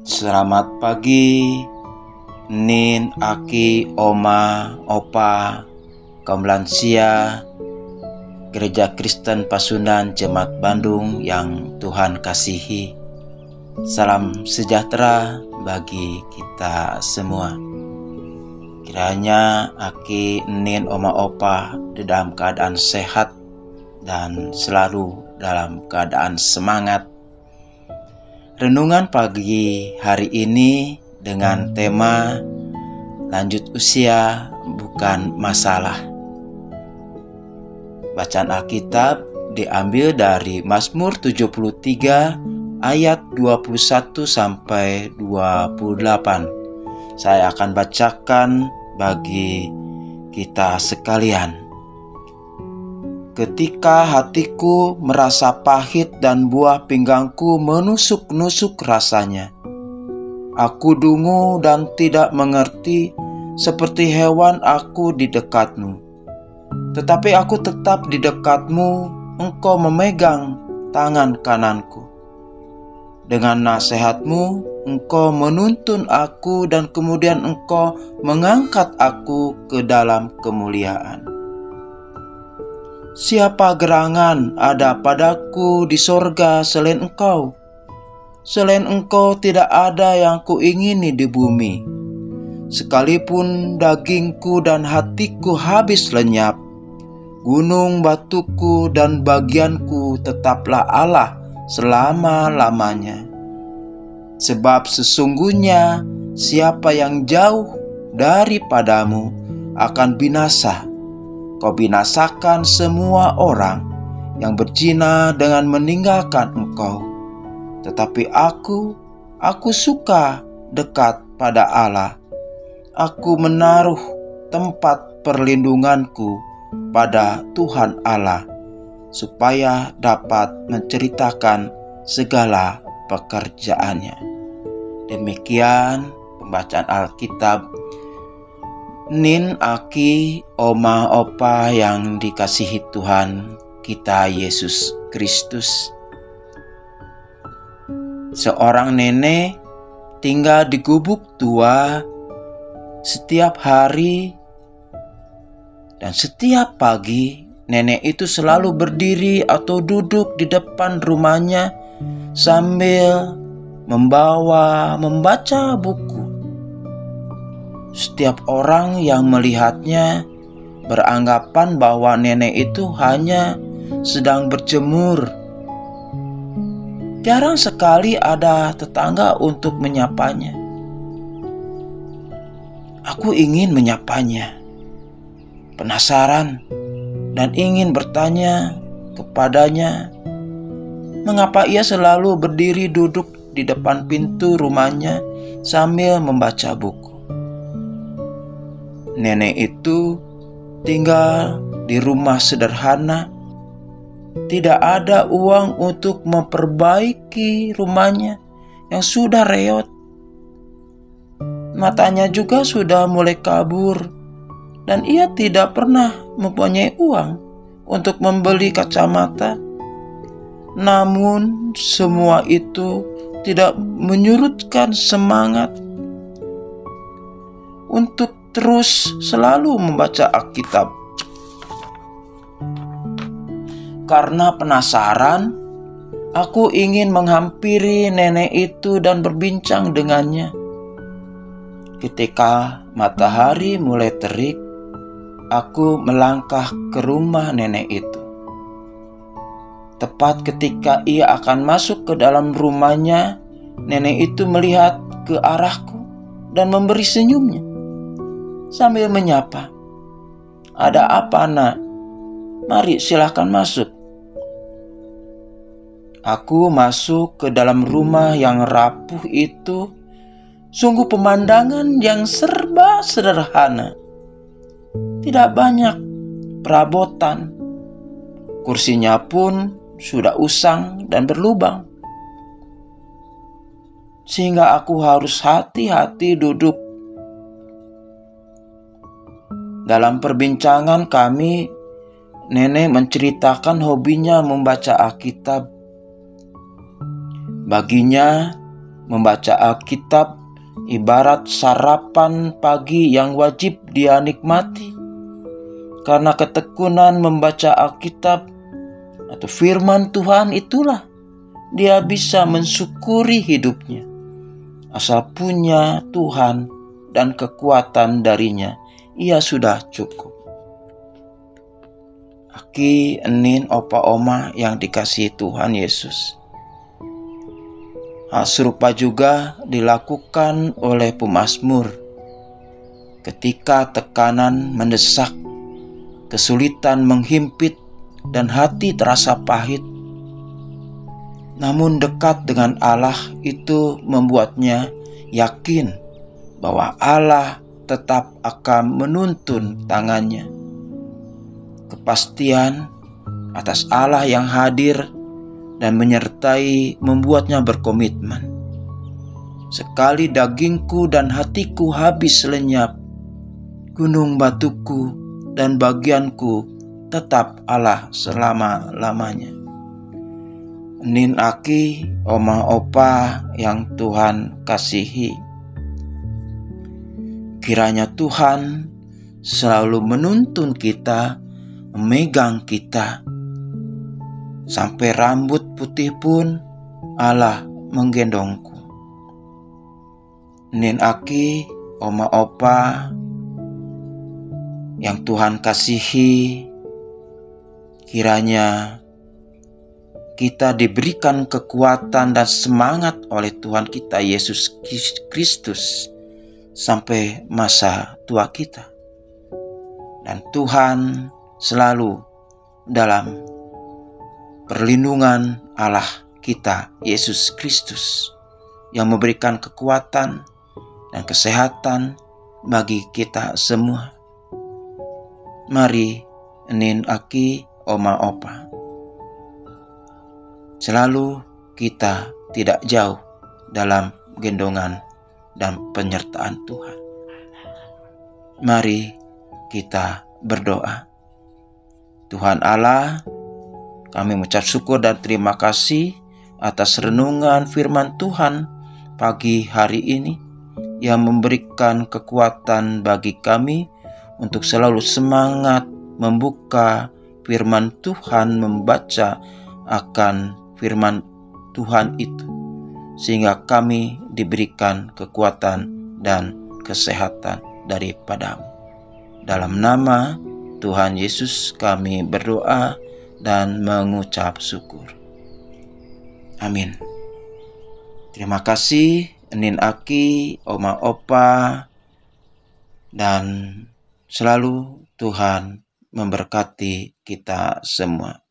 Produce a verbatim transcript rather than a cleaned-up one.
Selamat pagi, Nin, Aki, Oma, Opa, kaum lansia, Gereja Kristen Pasundan Jemaat Bandung yang Tuhan kasihi. Salam sejahtera bagi kita semua. Kiranya Aki, Nin, Oma, Opa di dalam keadaan sehat dan selalu dalam keadaan semangat. Renungan pagi hari ini dengan tema lanjut usia bukan masalah. Bacaan Alkitab diambil dari Mazmur tujuh puluh tiga ayat dua puluh satu sampai dua puluh delapan. Saya akan bacakan bagi kita sekalian. Ketika hatiku merasa pahit dan buah pinggangku menusuk-nusuk rasanya, aku dungu dan tidak mengerti, seperti hewan aku di dekatmu. Tetapi aku tetap di dekatmu, engkau memegang tangan kananku. Dengan nasihatmu, engkau menuntun aku dan kemudian engkau mengangkat aku ke dalam kemuliaan. Siapa gerangan ada padaku di sorga selain engkau? Selain engkau tidak ada yang kuingini di bumi. Sekalipun dagingku dan hatiku habis lenyap, gunung batuku dan bagianku tetaplah Allah selama-lamanya. Sebab sesungguhnya siapa yang jauh daripadamu akan binasa. Kau binasakan semua orang yang berzina dengan meninggalkan engkau. Tetapi aku, aku suka dekat pada Allah. Aku menaruh tempat perlindunganku pada Tuhan Allah, supaya dapat menceritakan segala pekerjaannya. Demikian pembacaan Alkitab. Nin, Aki, Oma, Opa yang dikasihi Tuhan kita Yesus Kristus. Seorang nenek tinggal di gubuk tua setiap hari, dan setiap pagi nenek itu selalu berdiri atau duduk di depan rumahnya sambil membawa membaca buku. Setiap orang yang melihatnya beranggapan bahwa nenek itu hanya sedang berjemur. Jarang sekali ada tetangga untuk menyapanya. Aku ingin menyapanya, penasaran dan ingin bertanya kepadanya, mengapa ia selalu berdiri duduk di depan pintu rumahnya sambil membaca buku. Nenek itu tinggal di rumah sederhana, tidak ada uang untuk memperbaiki rumahnya yang sudah reot. Matanya juga sudah mulai kabur, dan ia tidak pernah mempunyai uang untuk membeli kacamata. Namun semua itu tidak menyurutkan semangat untuk terus selalu membaca Alkitab. Karena penasaran, aku ingin menghampiri nenek itu dan berbincang dengannya. Ketika matahari mulai terik, aku melangkah ke rumah nenek itu. Tepat ketika ia akan masuk ke dalam rumahnya, nenek itu melihat ke arahku dan memberi senyumnya sambil menyapa. Ada apa, nak? Mari silahkan masuk. Aku masuk ke dalam rumah yang rapuh itu. Sungguh pemandangan yang serba sederhana. Tidak banyak perabotan. Kursinya pun sudah usang dan berlubang, sehingga aku harus hati-hati duduk. Dalam perbincangan kami, nenek menceritakan hobinya membaca Alkitab. Baginya, Membaca Alkitab ibarat sarapan pagi yang wajib dia nikmati. Karena ketekunan membaca Alkitab atau firman Tuhan itulah dia bisa mensyukuri hidupnya. Asal punya Tuhan dan kekuatan darinya, ia sudah cukup. Aki, enin, opa, oma yang dikasihi Tuhan Yesus. Hal serupa juga dilakukan oleh pemazmur. Ketika tekanan mendesak, kesulitan menghimpit, dan hati terasa pahit, namun dekat dengan Allah itu membuatnya yakin bahwa Allah tetap akan menuntun tangannya. Kepastian atas Allah yang hadir dan menyertai membuatnya berkomitmen. Sekali dagingku dan hatiku habis lenyap, gunung batuku dan bagianku tetap Allah selama-lamanya. Nin aki, oma opa yang Tuhan kasihi, kiranya Tuhan selalu menuntun kita, memegang kita, sampai rambut putih pun Allah menggendongku. Nin aki, oma opa yang Tuhan kasihi, kiranya kita diberikan kekuatan dan semangat oleh Tuhan kita Yesus Kristus sampai masa tua kita. Dan Tuhan selalu dalam perlindungan Allah kita Yesus Kristus yang memberikan kekuatan dan kesehatan bagi kita semua. Mari nin aki, oma opa, selalu kita tidak jauh dalam gendongan dan penyertaan Tuhan. Mari kita berdoa. Tuhan Allah, kami mengucap syukur dan terima kasih atas renungan firman Tuhan pagi hari ini yang memberikan kekuatan bagi kami untuk selalu semangat membuka firman Tuhan, membaca akan firman Tuhan itu, sehingga kami diberikan kekuatan dan kesehatan daripada-Mu. Dalam nama Tuhan Yesus kami berdoa dan mengucap syukur. Amin. Terima kasih nin aki, oma opa, dan selalu Tuhan memberkati kita semua.